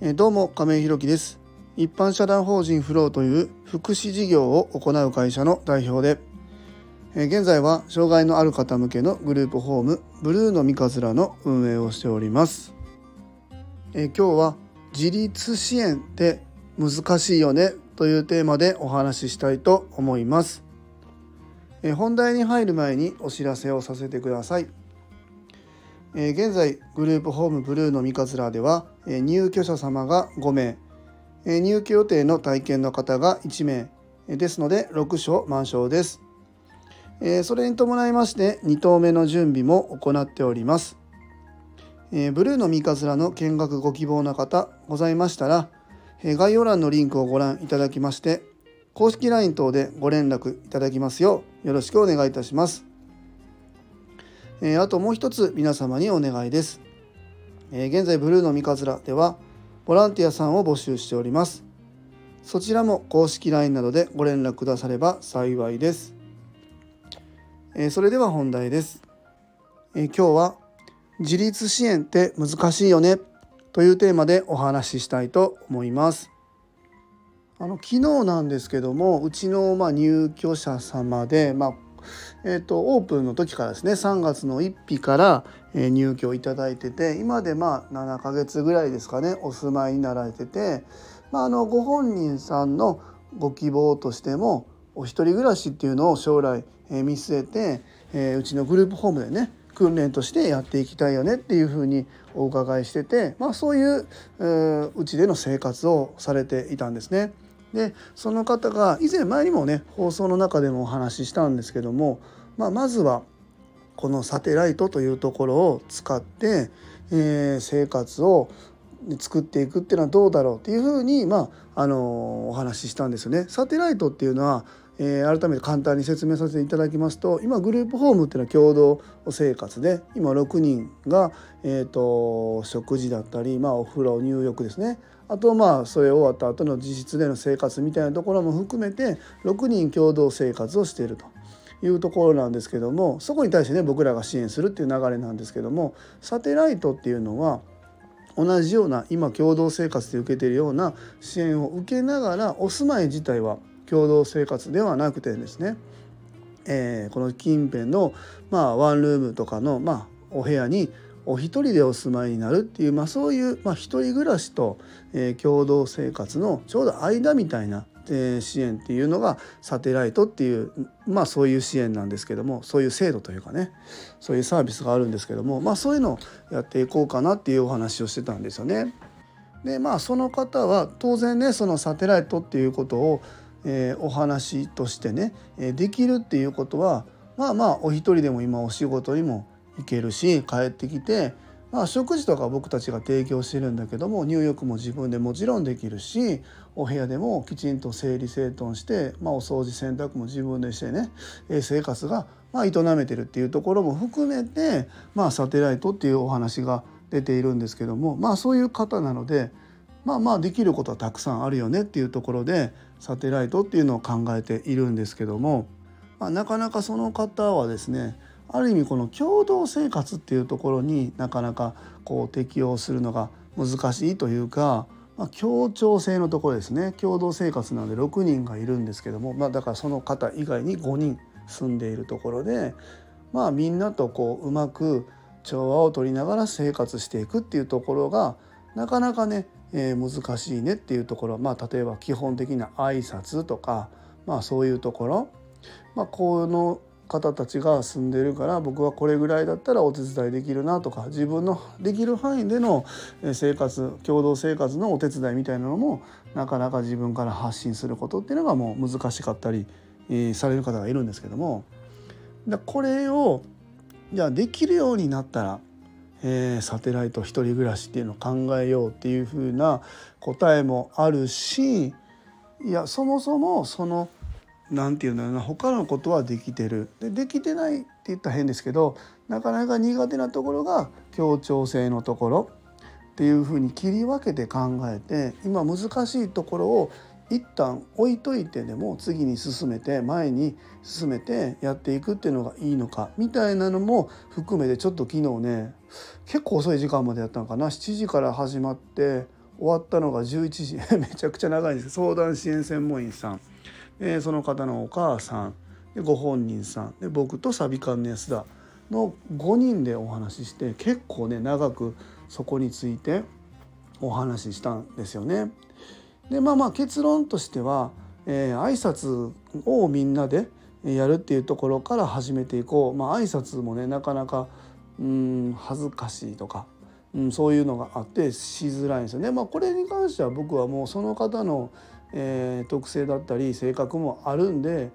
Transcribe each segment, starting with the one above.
どうも亀井ひろきです。一般社団法人フローという福祉事業を行う会社の代表で、現在は障害のある方向けのグループホームブルーのみかずらの運営をしております。今日は自立支援って難しいよねというテーマでお話ししたいと思います。本題に入る前にお知らせをさせてください。現在グループホームブルーのみかずらでは入居者様が5名、入居予定の体験の方が1名ですので6床満床です。それに伴いまして2棟目の準備も行っております。ブルーのみかずらの見学ご希望の方ございましたら、概要欄のリンクをご覧いただきまして公式 LINE 等でご連絡いただきますようよろしくお願いいたします。あともう一つ皆様にお願いです。現在ブルーのみかずらではボランティアさんを募集しております。そちらも公式 LINE などでご連絡くだされば幸いです。それでは本題です。今日は自立支援って難しいよねというテーマでお話ししたいと思います。昨日なんですけども、うちの入居者様でオープンの時からですね、3月の1日から入居いただいてて、今で7ヶ月ぐらいですかね、お住まいになられてて、ご本人さんのご希望としてもお一人暮らしっていうのを将来見据えて、うちのグループホームでね訓練としてやっていきたいよねっていうふうにお伺いしてて、そういううちでの生活をされていたんですね。でその方が前にもね放送の中でもお話ししたんですけども、まずはこのサテライトというところを使って、生活を作っていくっていうのはどうだろうっていうふうに、お話ししたんですよね。サテライトっていうのは、改めて簡単に説明させていただきますと、今グループホームっていうのは共同生活で今6人が、食事だったり、お風呂入浴ですね、あとそれ終わった後の自室での生活みたいなところも含めて6人共同生活をしているというところなんですけども、そこに対してね僕らが支援するっていう流れなんですけども、サテライトっていうのは同じような今共同生活で受けているような支援を受けながら、お住まい自体は共同生活ではなくてですね、この近辺のワンルームとかのお部屋にお一人でお住まいになるっていう、そういう一人暮らしと共同生活のちょうど間みたいな支援っていうのがサテライトっていう、そういう支援なんですけども、そういう制度というかね、そういうサービスがあるんですけども、そういうのをやっていこうかなっていうお話をしてたんですよね。でその方は当然ね、そのサテライトっていうことを、お話としてねできるっていうことはお一人でも今お仕事にも行けるし、帰ってきて食事とか僕たちが提供してるんだけども、入浴も自分でもちろんできるし、お部屋でもきちんと整理整頓して、お掃除洗濯も自分でしてね、生活が営めてるっていうところも含めて、サテライトっていうお話が出ているんですけども、そういう方なのでできることはたくさんあるよねっていうところでサテライトっていうのを考えているんですけども、なかなかその方はですね、ある意味この共同生活っていうところになかなか適応するのが難しいというか、協調性のところですね。共同生活なので6人がいるんですけども、だからその方以外に5人住んでいるところで、みんなとうまく調和を取りながら生活していくっていうところがなかなかね、難しいねっていうところ、例えば基本的な挨拶とか、そういうところ、この方たちが住んでるから僕はこれぐらいだったらお手伝いできるなとか、自分のできる範囲での生活、共同生活のお手伝いみたいなのもなかなか自分から発信することっていうのがもう難しかったりされる方がいるんですけども、これをじゃあできるようになったらサテライト一人暮らしっていうのを考えようっていう風な答えもあるし、そもそもそのなんていうんだろうな、他のことはできてる、できてないって言ったら変ですけど、なかなか苦手なところが協調性のところっていう風に切り分けて考えて、今難しいところを一旦置いといてでも次に進めて前に進めてやっていくっていうのがいいのかみたいなのも含めて、ちょっと昨日ね結構遅い時間までやったのかな、7時から始まって終わったのが11時めちゃくちゃ長いんです。相談支援専門員さん、その方のお母さんでご本人さんで僕とサビカンの安田の5人でお話しして、結構ね長くそこについてお話ししたんですよね。で結論としては、挨拶をみんなでやるっていうところから始めていこう。挨拶もねなかなか恥ずかしいとか、そういうのがあってしづらいんですよね。これに関しては僕はもうその方の、特性だったり性格もあるんで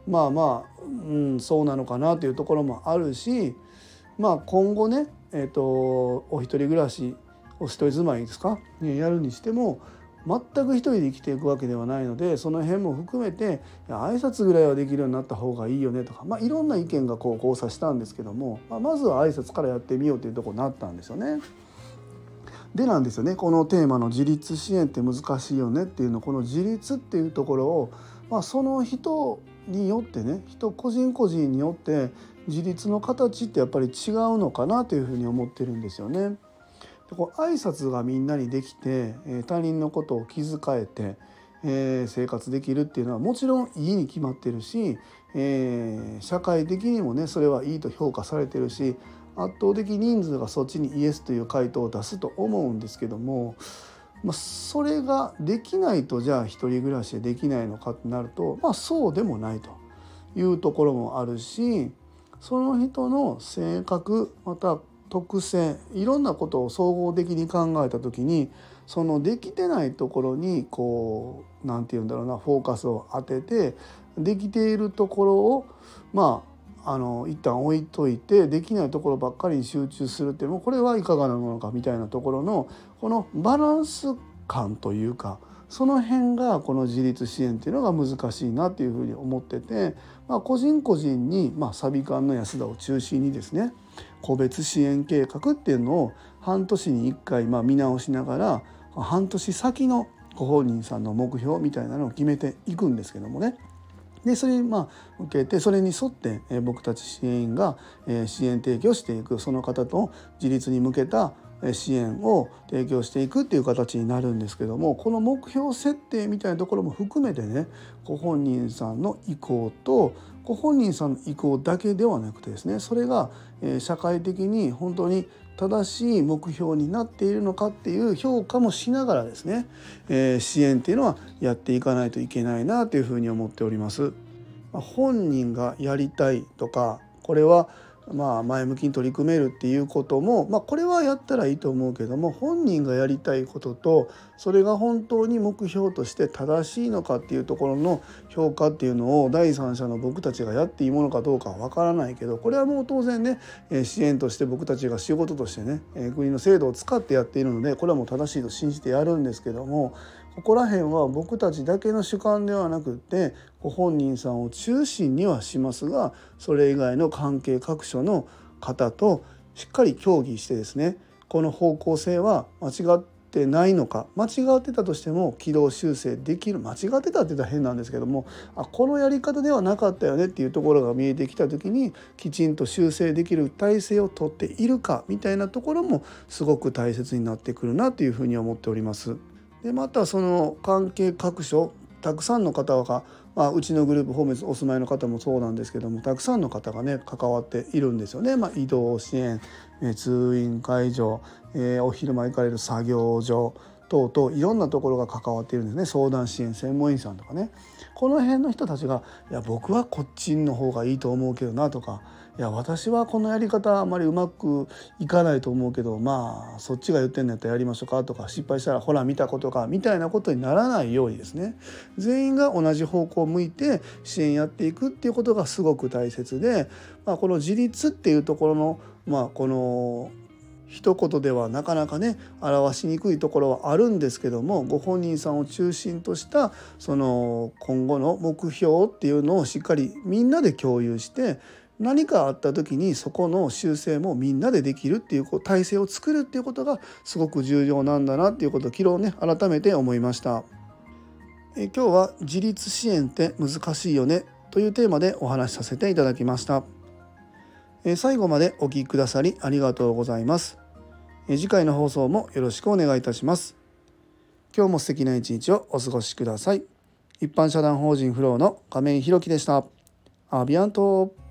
そうなのかなというところもあるし、今後ね、お一人暮らしお一人住まいですか、やるにしても全く一人で生きていくわけではないので、その辺も含めて挨拶ぐらいはできるようになった方がいいよねとか、いろんな意見が交差したんですけども、まずは挨拶からやってみようというところになったんですよね。でなんですよね、このテーマの自立支援って難しいよねっていうの、この自立っていうところを、その人によってね、人個人個人によって自立の形ってやっぱり違うのかなというふうに思ってるんですよね。で挨拶がみんなにできて、他人のことを気遣えて、生活できるっていうのはもちろんいいに決まってるし、社会的にもねそれはいいと評価されてるし、圧倒的人数がそっちにイエスという回答を出すと思うんですけども、それができないとじゃあ一人暮らしでできないのかってなると、そうでもないというところもあるし、その人の性格また特性いろんなことを総合的に考えた時に、そのできてないところになんて言うんだろうな、フォーカスを当てて、できているところを一旦置いといて、できないところばっかりに集中するっていうのもこれはいかがなものかみたいなところのこのバランス感というか、その辺がこの自立支援っていうのが難しいなっていうふうに思ってて、個人個人にサビ館の安田を中心にですね、個別支援計画っていうのを半年に1回見直しながら、半年先のご本人さんの目標みたいなのを決めていくんですけどもね。でそれに受けて、それに沿って僕たち支援員が支援提供していく、その方と自立に向けた支援を提供していくっていう形になるんですけども、この目標設定みたいなところも含めてね、ご本人さんの意向とご本人さんの意向だけではなくてですね、それが社会的に本当に正しい目標になっているのかっていう評価もしながらですね、支援っていうのはやっていかないといけないなというふうに思っております。本人がやりたいとか、これは前向きに取り組めるっていうことも、これはやったらいいと思うけども、本人がやりたいこととそれが本当に目標として正しいのかっていうところの評価っていうのを第三者の僕たちがやっていいものかどうかは分からないけど、これはもう当然ね、支援として僕たちが仕事としてね、国の制度を使ってやっているので、これはもう正しいと信じてやるんですけども、ここら辺は僕たちだけの主観ではなくってご本人さんを中心にはしますが、それ以外の関係各所の方としっかり協議してですね、この方向性は間違ってないのか、間違ってたとしても軌道修正できる、間違ってたって言ったら変なんですけども、このやり方ではなかったよねっていうところが見えてきた時にきちんと修正できる体制をとっているかみたいなところもすごく大切になってくるなというふうに思っております。でまたその関係各所たくさんの方が、うちのグループホームお住まいの方もそうなんですけども、たくさんの方がね関わっているんですよね。移動支援、通院介助、お昼間行かれる作業所等々いろんなところが関わっているんですね。相談支援専門員さんとかね、この辺の人たちがいや僕はこっちの方がいいと思うけどなとか、いや私はこのやり方あまりうまくいかないと思うけどそっちが言ってんのやったらやりましょうかとか、失敗したらほら見たことかみたいなことにならないようにですね、全員が同じ方向を向いて支援やっていくっていうことがすごく大切で、この自立っていうところのこの一言ではなかなかね表しにくいところはあるんですけども、ご本人さんを中心としたその今後の目標っていうのをしっかりみんなで共有して、何かあった時にそこの修正もみんなでできるっていう体制を作るっていうことがすごく重要なんだなっていうことを昨日ね改めて思いました。今日は自立支援って難しいよねというテーマでお話しさせていただきました。最後までお聞きくださりありがとうございます。次回の放送もよろしくお願いいたします。 今日も素敵な一日をお過ごしください。一般社団法人フローの亀井弘樹でした。アビアント。